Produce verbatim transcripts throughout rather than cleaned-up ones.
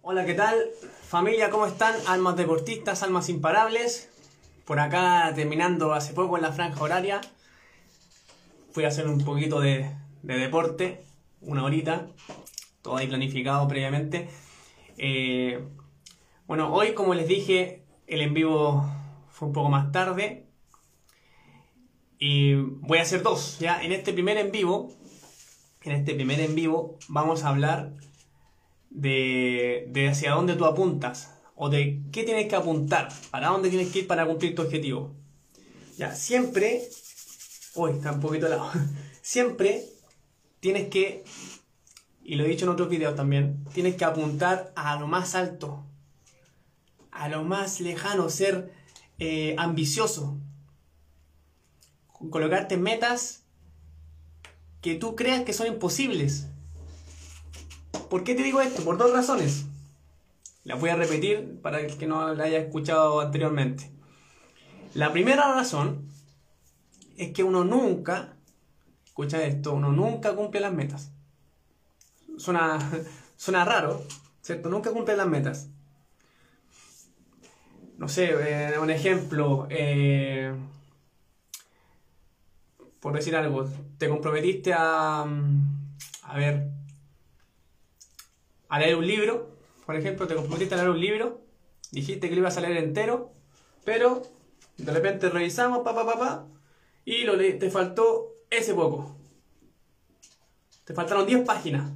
Hola, ¿qué tal? Familia, ¿cómo están? Almas deportistas, almas imparables. Por acá terminando hace poco en la franja horaria. Fui a hacer un poquito de, de deporte, una horita, todo ahí planificado previamente. Eh, bueno, hoy como les dije, el en vivo fue un poco más tarde. Y voy a hacer dos, ¿ya? En este primer en vivo, en este primer en vivo vamos a hablar de, de hacia dónde tú apuntas o de qué tienes que apuntar, para dónde tienes que ir para cumplir tu objetivo. Ya, siempre, uy, está un poquito helado, siempre tienes que, y lo he dicho en otros videos también, tienes que apuntar a lo más alto, a lo más lejano, ser eh, ambicioso, colocarte metas que tú creas que son imposibles. ¿Por qué te digo esto? Por dos razones. Las voy a repetir para el que no la haya escuchado anteriormente. La primera razón es que uno nunca, escucha esto, uno nunca cumple las metas. Suena, suena raro, ¿cierto? Nunca cumple las metas. No sé, eh, un ejemplo, eh, por decir algo, te comprometiste a, a ver, a leer un libro, por ejemplo, te comprometiste a leer un libro, dijiste que lo ibas a leer entero, pero de repente revisamos, pa, pa, pa, pa, y lo le te faltó ese poco. Te faltaron diez páginas.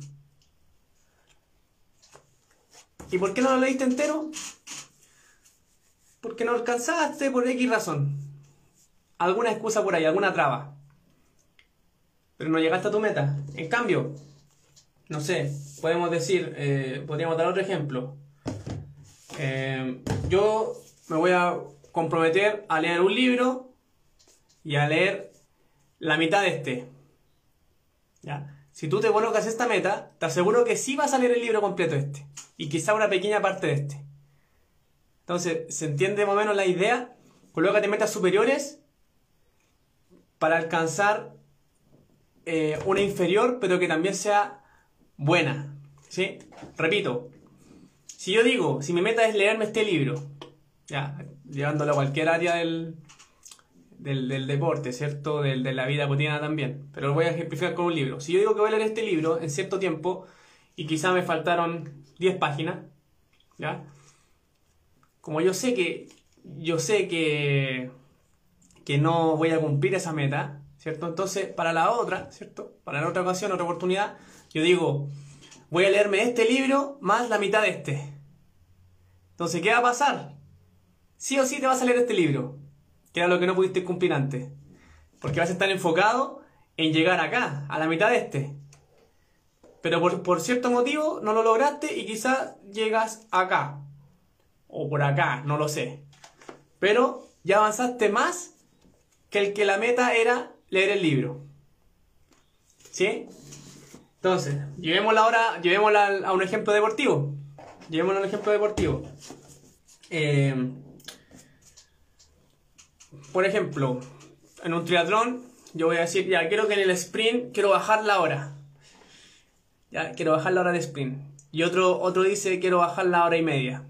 ¿Y por qué no lo leíste entero? Porque no alcanzaste por X razón. Alguna excusa por ahí, alguna traba. Pero no llegaste a tu meta. En cambio, no sé, podemos decir, eh, podríamos dar otro ejemplo. Eh, yo me voy a comprometer a leer un libro y a leer la mitad de este. ¿Ya? Si tú te colocas esta meta, te aseguro que sí vas a leer el libro completo este. Y quizá una pequeña parte de este. Entonces, ¿se entiende más o menos la idea? Colócate metas superiores para alcanzar eh, una inferior, pero que también sea buena, ¿sí? Repito, si yo digo, si mi meta es leerme este libro, ya, llevándolo a cualquier área del, del, del deporte, ¿cierto? Del, de la vida cotidiana también, pero lo voy a ejemplificar con un libro. Si yo digo que voy a leer este libro en cierto tiempo y quizá me faltaron diez páginas, ¿ya? Como yo sé que, yo sé que, que no voy a cumplir esa meta, ¿cierto? Entonces, para la otra, ¿cierto? Para la otra ocasión, otra oportunidad, yo digo, voy a leerme este libro más la mitad de este. Entonces, ¿qué va a pasar? Sí o sí te vas a leer este libro, que era lo que no pudiste cumplir antes. Porque vas a estar enfocado en llegar acá, a la mitad de este. Pero por, por cierto motivo no lo lograste y quizás llegas acá. O por acá, no lo sé. Pero ya avanzaste más que el que la meta era leer el libro. ¿Sí? Entonces, llevémosla ahora, llevémosla a un ejemplo deportivo. Llevémosla a un ejemplo deportivo. Eh, por ejemplo, en un triatlón, yo voy a decir, ya, quiero que en el sprint, quiero bajar la hora. Ya, quiero bajar la hora de sprint. Y otro, otro dice, quiero bajar la hora y media.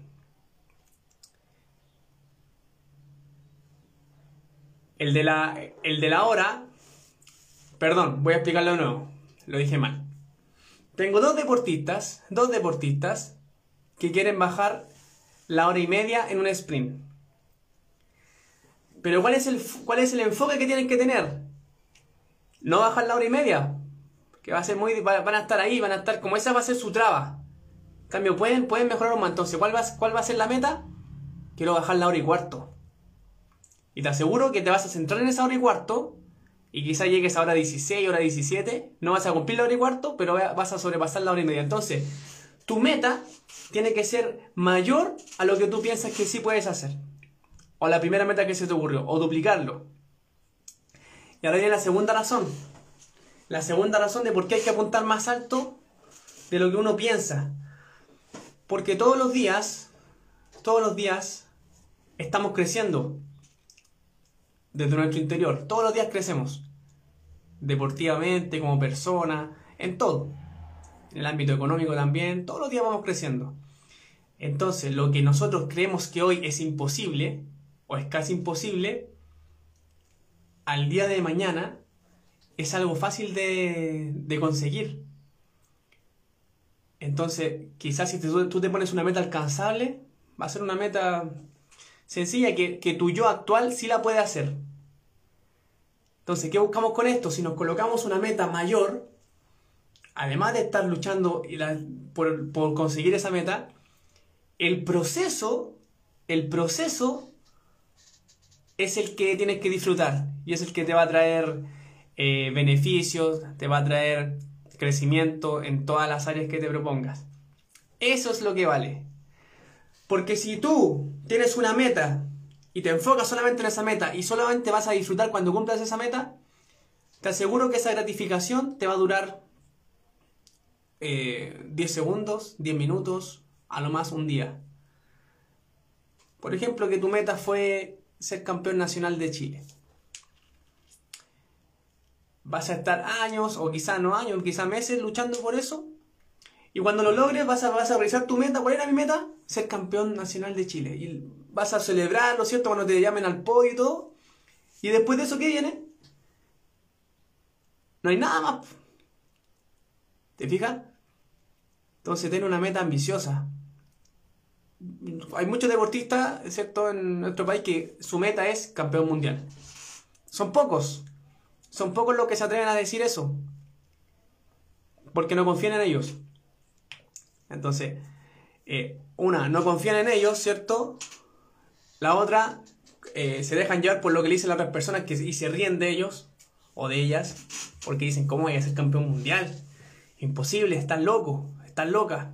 El de la, el de la hora, perdón, voy a explicarlo de nuevo, lo dije mal. Tengo dos deportistas, dos deportistas que quieren bajar la hora y media en un sprint. Pero ¿cuál es el, cuál es el enfoque que tienen que tener? No bajar la hora y media, que va a ser muy, van a estar ahí, van a estar, como esa va a ser su traba. En cambio, pueden, pueden mejorar un montón. Entonces, ¿cuál va, cuál va a ser la meta? Quiero bajar la hora y cuarto. Y te aseguro que te vas a centrar en esa hora y cuarto. Y quizá llegues a hora dieciséis, hora diecisiete. No vas a cumplir la hora y cuarto, pero vas a sobrepasar la hora y media. Entonces, tu meta tiene que ser mayor a lo que tú piensas que sí puedes hacer. O la primera meta que se te ocurrió. O duplicarlo. Y ahora viene la segunda razón. La segunda razón de por qué hay que apuntar más alto de lo que uno piensa. Porque todos los días, todos los días, estamos creciendo. Desde nuestro interior, todos los días crecemos, deportivamente, como persona, en todo, en el ámbito económico también, todos los días vamos creciendo. Entonces, lo que nosotros creemos que hoy es imposible, o es casi imposible, al día de mañana es algo fácil de, de conseguir. Entonces, quizás si tú, tú te pones una meta alcanzable, va a ser una meta sencilla que, que tu yo actual sí la puede hacer. Entonces, ¿qué buscamos con esto? Si nos colocamos una meta mayor, además de estar luchando por, por conseguir esa meta, el proceso, el proceso es el que tienes que disfrutar y es el que te va a traer eh, beneficios, te va a traer crecimiento en todas las áreas que te propongas. Eso es lo que vale. Porque si tú tienes una meta y te enfocas solamente en esa meta y solamente vas a disfrutar cuando cumplas esa meta, te aseguro que esa gratificación te va a durar eh, diez segundos, diez minutos, a lo más un día. Por ejemplo, que tu meta fue ser campeón nacional de Chile. Vas a estar años, o quizás no años, quizás meses luchando por eso. Y cuando lo logres vas a, vas a realizar tu meta. ¿Cuál era mi meta? Ser campeón nacional de Chile. Y vas a celebrarlo, ¿cierto? Cuando te llamen al podio y todo. Y después de eso, ¿qué viene? No hay nada más. ¿Te fijas? Entonces ten una meta ambiciosa. Hay muchos deportistas, excepto en nuestro país, que su meta es campeón mundial. Son pocos. Son pocos los que se atreven a decir eso. Porque no confían en ellos. Entonces, eh, una, no confían en ellos, ¿cierto? La otra, eh, se dejan llevar por lo que le dicen las otras personas que, y se ríen de ellos o de ellas. Porque dicen, ¿cómo voy a ser campeón mundial? Imposible, están locos, están locas.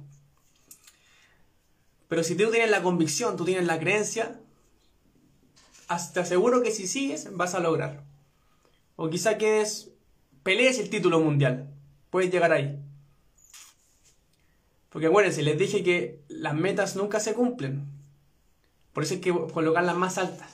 Pero si tú tienes la convicción, tú tienes la creencia, te aseguro que si sigues vas a lograr. O quizá quedes, pelees el título mundial. Puedes llegar ahí. Porque acuérdense, les dije que las metas nunca se cumplen. Por eso hay que colocarlas más altas.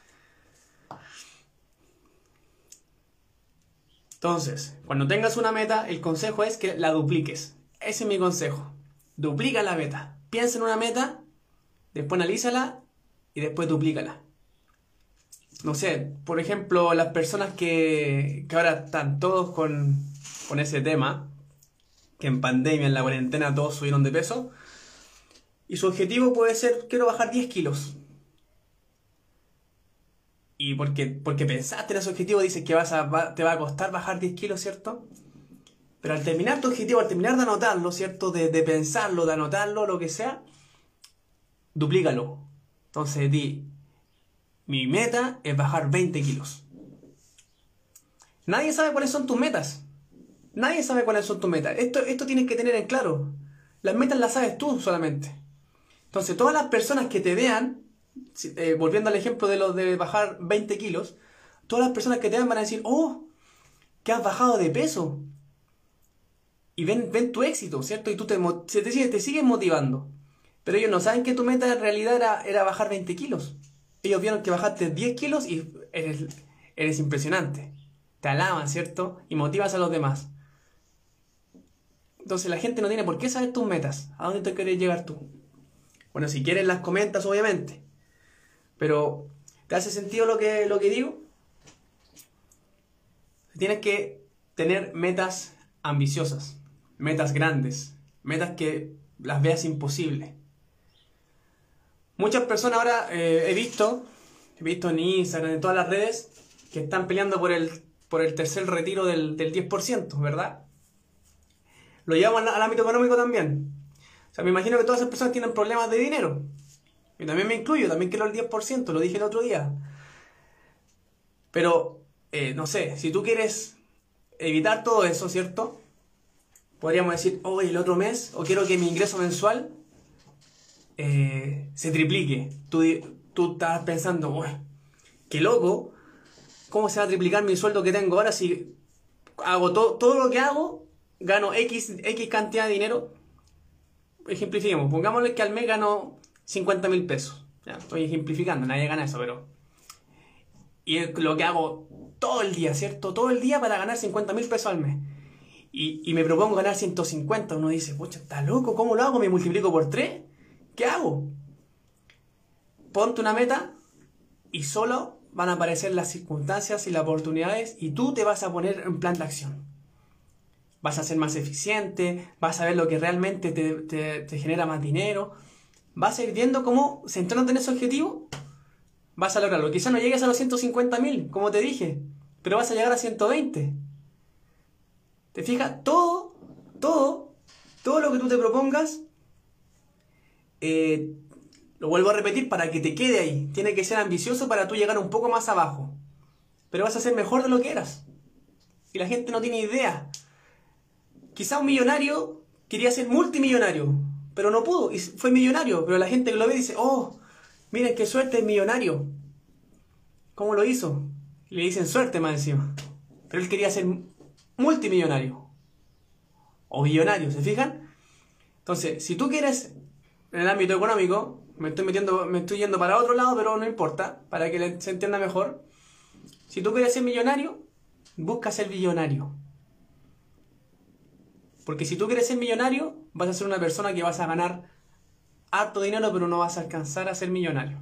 Entonces, cuando tengas una meta, el consejo es que la dupliques. Ese es mi consejo. Duplica la meta. Piensa en una meta, después analízala y después duplícala. No sé, por ejemplo, las personas que, que ahora están todos con, con ese tema, que en pandemia, en la cuarentena, todos subieron de peso, y su objetivo puede ser, quiero bajar diez kilos. Y porque, porque pensaste en ese objetivo, dices que vas a, va, te va a costar bajar diez kilos, ¿cierto? Pero al terminar tu objetivo, al terminar de anotarlo, ¿cierto? De, de pensarlo, de anotarlo, lo que sea, duplícalo. Entonces di, mi meta es bajar veinte kilos. Nadie sabe cuáles son tus metas. Nadie sabe cuáles son tus metas. Esto, esto tienes que tener en claro. Las metas las sabes tú solamente. Entonces, todas las personas que te vean, eh, volviendo al ejemplo de lo de bajar veinte kilos, todas las personas que te vean van a decir, oh, que has bajado de peso. Y ven, ven tu éxito, ¿cierto? Y tú te, te, te, te sigues motivando. Pero ellos no saben que tu meta en realidad era, era bajar veinte kilos. Ellos vieron que bajaste diez kilos y eres, eres impresionante. Te alaban, ¿cierto? Y motivas a los demás. Entonces la gente no tiene por qué saber tus metas. ¿A dónde te quieres llegar tú? Bueno, si quieres las comentas, obviamente. Pero, ¿te hace sentido lo que, lo que digo? Tienes que tener metas ambiciosas. Metas grandes, metas que las veas imposibles. Muchas personas ahora eh, he visto, he visto en Instagram, en todas las redes, que están peleando por el, por el tercer retiro del, del diez por ciento, ¿verdad? Lo llevamos al, al ámbito económico también. O sea, me imagino que todas esas personas tienen problemas de dinero. Yo también me incluyo, también quiero el diez por ciento, lo dije el otro día. Pero, eh, no sé, si tú quieres evitar todo eso, ¿cierto? Podríamos decir, oh, el otro mes, o quiero que mi ingreso mensual eh, se triplique. Tú, tú estás pensando, uy, qué loco, ¿cómo se va a triplicar mi sueldo que tengo ahora si hago to todo lo que hago, gano X, X cantidad de dinero? Ejemplifiquemos, pongámosle que al mes gano cincuenta mil pesos. Ya, estoy ejemplificando, nadie gana eso, pero... Y es lo que hago todo el día, ¿cierto? Todo el día para ganar cincuenta mil pesos al mes. Y, y me propongo ganar ciento cincuenta. Uno dice, pucha, está loco, ¿cómo lo hago? ¿Me multiplico por tres? ¿Qué hago? Ponte una meta y solo van a aparecer las circunstancias y las oportunidades y tú te vas a poner en plan de acción. Vas a ser más eficiente, vas a ver lo que realmente te, te, te genera más dinero, vas a ir viendo cómo, centrándote en ese objetivo, vas a lograrlo. Quizás no llegues a los ciento cincuenta mil, como te dije, pero vas a llegar a ciento veinte. ¿Te fijas? Todo, todo, todo lo que tú te propongas, eh, lo vuelvo a repetir para que te quede ahí. Tiene que ser ambicioso para tú llegar un poco más abajo. Pero vas a ser mejor de lo que eras. Y la gente no tiene idea. Quizá un millonario quería ser multimillonario, pero no pudo y fue millonario. Pero la gente que lo ve dice, oh, miren qué suerte es millonario. ¿Cómo lo hizo? Y le dicen suerte más encima. Pero él quería ser multimillonario. O billonario, ¿se fijan? Entonces, si tú quieres, en el ámbito económico, me estoy metiendo, me estoy yendo para otro lado, pero no importa, para que se entienda mejor. Si tú quieres ser millonario, busca ser billonario. Porque si tú quieres ser millonario, vas a ser una persona que vas a ganar harto dinero, pero no vas a alcanzar a ser millonario.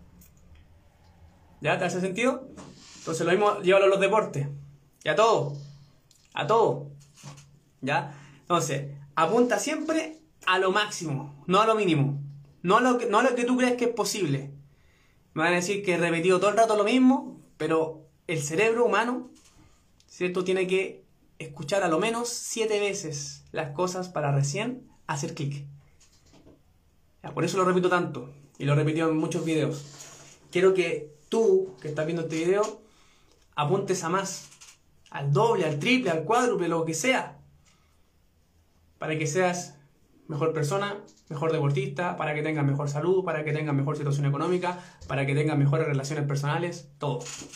¿Ya? ¿Te hace sentido? Entonces lo mismo, llévalo a los deportes. Y a todo. A todo. ¿Ya? Entonces, apunta siempre a lo máximo, no a lo mínimo. No a lo que, no a lo que tú crees que es posible. Me van a decir que he repetido todo el rato lo mismo, pero el cerebro humano, ¿cierto? Tiene que escuchar a lo menos siete veces las cosas para recién hacer clic. Por eso lo repito tanto y lo he repetido en muchos videos. Quiero que tú, que estás viendo este video, apuntes a más, al doble, al triple, al cuádruple, lo que sea, para que seas mejor persona, mejor deportista, para que tengas mejor salud, para que tengas mejor situación económica, para que tengas mejores relaciones personales, todo.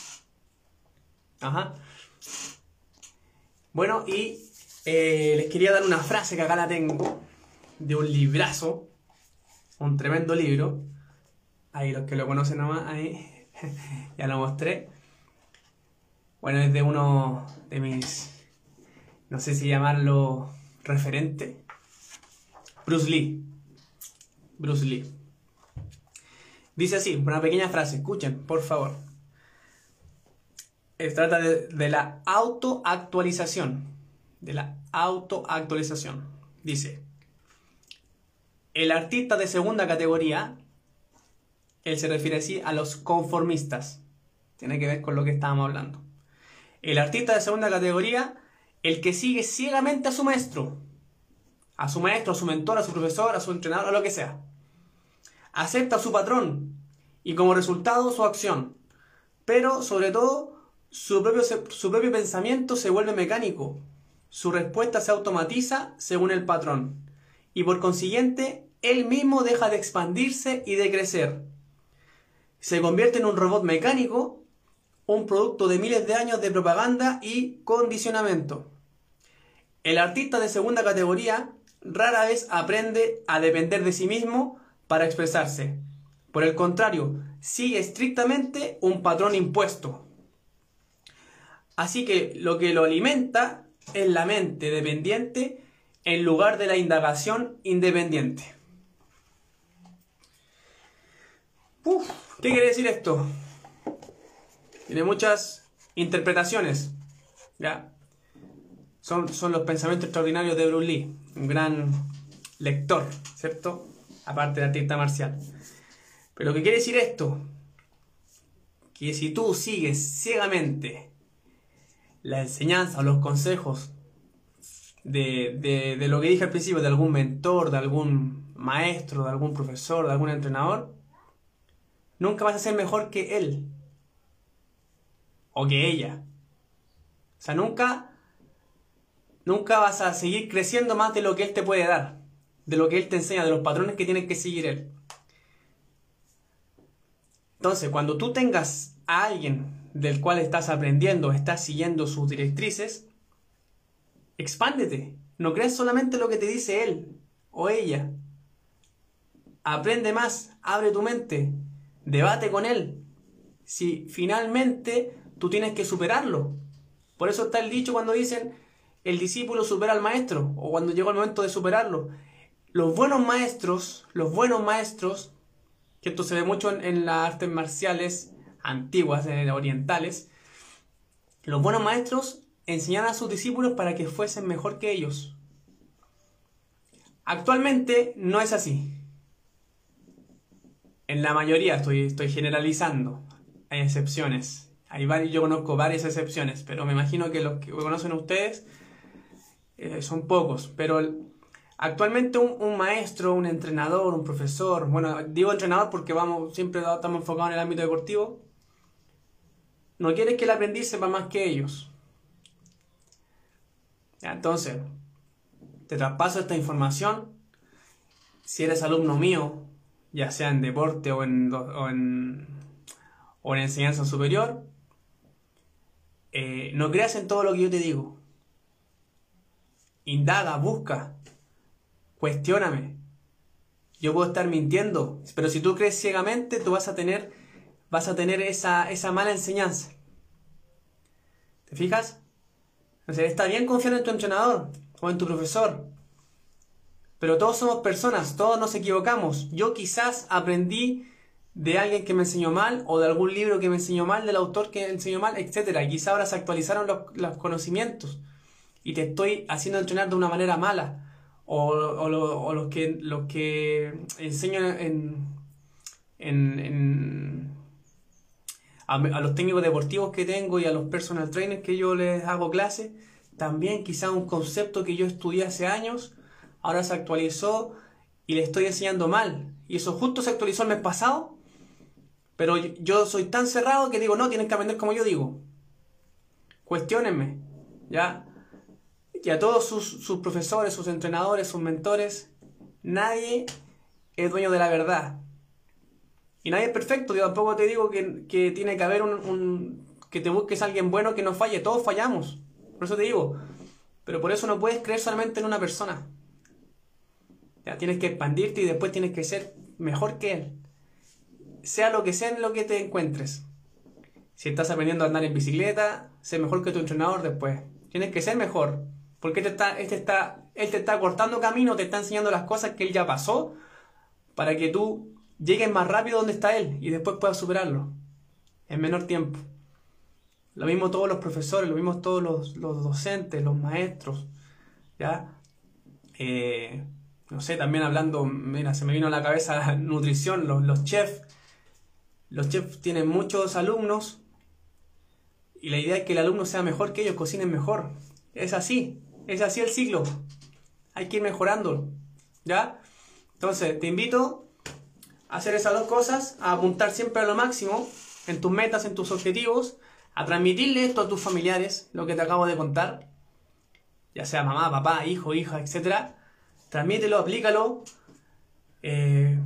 Ajá. Bueno, y eh, les quería dar una frase que acá la tengo, de un librazo, un tremendo libro. Ahí los que lo conocen nomás, ahí ya lo mostré. Bueno, es de uno de mis, no sé si llamarlo referente, Bruce Lee. Bruce Lee. Dice así, una pequeña frase, escuchen, por favor. Se trata de, de la autoactualización. De la autoactualización. Dice, el artista de segunda categoría, él se refiere así a los conformistas. Tiene que ver con lo que estábamos hablando. El artista de segunda categoría, el que sigue ciegamente a su maestro. A su maestro, a su mentor, a su profesor, a su entrenador, a lo que sea. Acepta a su patrón y como resultado su acción. Pero sobre todo, su propio, su propio pensamiento se vuelve mecánico. Su respuesta se automatiza según el patrón. Y por consiguiente, él mismo deja de expandirse y de crecer. Se convierte en un robot mecánico, un producto de miles de años de propaganda y condicionamiento. El artista de segunda categoría rara vez aprende a depender de sí mismo para expresarse. Por el contrario, sigue estrictamente un patrón impuesto. Así que lo que lo alimenta es la mente dependiente en lugar de la indagación independiente. Uf, ¿qué quiere decir esto? Tiene muchas interpretaciones. ¿Ya? Son, son los pensamientos extraordinarios de Bruce Lee, un gran lector, ¿cierto? Aparte de artista marcial. Pero ¿qué quiere decir esto? Que si tú sigues ciegamente la enseñanza o los consejos de, de, de lo que dije al principio, de algún mentor, de algún maestro, de algún profesor, de algún entrenador, nunca vas a ser mejor que él o que ella. O sea, nunca... Nunca vas a seguir creciendo más de lo que él te puede dar, de lo que él te enseña, de los patrones que tienes que seguir él. Entonces, cuando tú tengas a alguien del cual estás aprendiendo, estás siguiendo sus directrices, expándete. No creas solamente lo que te dice él o ella. Aprende más, abre tu mente, debate con él. Si finalmente tú tienes que superarlo. Por eso está el dicho cuando dicen... El discípulo supera al maestro, o cuando llegó el momento de superarlo. los buenos maestros, los buenos maestros, que esto se ve mucho en, en las artes marciales antiguas, eh, orientales, los buenos maestros enseñaban a sus discípulos para que fuesen mejor que ellos. Actualmente no es así. En la mayoría, estoy, estoy generalizando, hay excepciones. Hay varios, yo conozco varias excepciones, pero me imagino que los que conocen ustedes eh, son pocos. Pero actualmente un, un maestro, un entrenador, un profesor, bueno, digo entrenador porque vamos, siempre estamos enfocados en el ámbito deportivo, no quiere que el aprendiz sepa más que ellos. Ya, entonces, te traspaso esta información. Si eres alumno mío, ya sea en deporte o en, o en, o en enseñanza superior, eh, no creas en todo lo que yo te digo. Indaga, busca, cuestióname. Yo puedo estar mintiendo, pero si tú crees ciegamente, tú vas a tener, vas a tener esa, esa mala enseñanza. ¿Te fijas? Entonces, está bien confiar en tu entrenador o en tu profesor, pero todos somos personas, todos nos equivocamos. Yo quizás aprendí de alguien que me enseñó mal, o de algún libro que me enseñó mal, del autor que me enseñó mal, etcétera. Y quizás ahora se actualizaron los, los conocimientos y te estoy haciendo entrenar de una manera mala. O, o, lo, o los que los que enseño en, en, en a, a los técnicos deportivos que tengo y a los personal trainers que yo les hago clase, también quizás un concepto que yo estudié hace años ahora se actualizó y le estoy enseñando mal. Y eso justo se actualizó el mes pasado, pero yo soy tan cerrado que digo, no, tienen que aprender como yo digo. Cuestiónenme, ¿ya? Y a todos sus, sus profesores, sus entrenadores, sus mentores, nadie es dueño de la verdad. Y nadie es perfecto. Yo tampoco te digo que, que tiene que haber un, un... que te busques a alguien bueno que no falle. Todos fallamos. Por eso te digo. Pero por eso no puedes creer solamente en una persona. Ya, tienes que expandirte y después tienes que ser mejor que él. Sea lo que sea en lo que te encuentres. Si estás aprendiendo a andar en bicicleta, sé mejor que tu entrenador después. Tienes que ser mejor. Porque este está, este está, él te está cortando camino, te está enseñando las cosas que él ya pasó para que tú llegues más rápido donde está él y después puedas superarlo en menor tiempo. Lo mismo todos los profesores, lo mismo todos los, los docentes, los maestros, ¿ya? Eh, no sé, también hablando, mira, se me vino a la cabeza la nutrición, los, los chefs. Los chefs tienen muchos alumnos y la idea es que el alumno sea mejor que ellos, cocinen mejor. Es así, es así el ciclo. Hay que ir mejorando, ¿ya? Entonces, te invito a hacer esas dos cosas, a apuntar siempre a lo máximo en tus metas, en tus objetivos, a transmitirle esto a tus familiares, lo que te acabo de contar, ya sea mamá, papá, hijo, hija, etcétera. Transmítelo, aplícalo. Eh,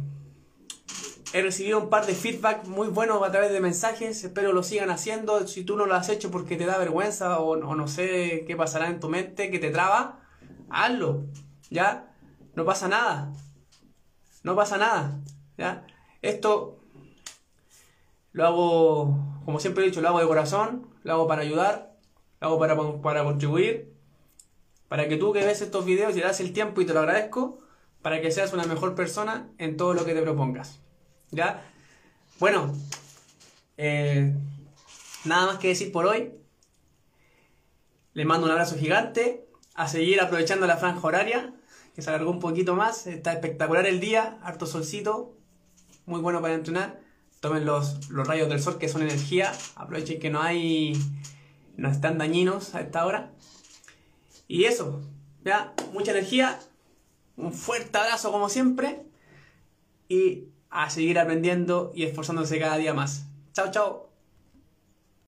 he recibido un par de feedback muy buenos a través de mensajes, espero lo sigan haciendo. Si tú no lo has hecho porque te da vergüenza o, o no sé qué pasará en tu mente, que te traba, hazlo, ¿ya? No pasa nada, no pasa nada, ¿ya? Esto lo hago, como siempre he dicho, lo hago de corazón, lo hago para ayudar, lo hago para, para contribuir, para que tú que ves estos videos y te das el tiempo y te lo agradezco, para que seas una mejor persona en todo lo que te propongas, ¿ya? Bueno, eh, nada más que decir por hoy. Les mando un abrazo gigante, a seguir aprovechando la franja horaria, que se alargó un poquito más, está espectacular el día, harto solcito, muy bueno para entrenar. Tomen los, los rayos del sol que son energía, aprovechen que no hay, no están dañinos a esta hora. Y eso, ya, mucha energía, un fuerte abrazo como siempre y a seguir aprendiendo y esforzándose cada día más. Chao, chao.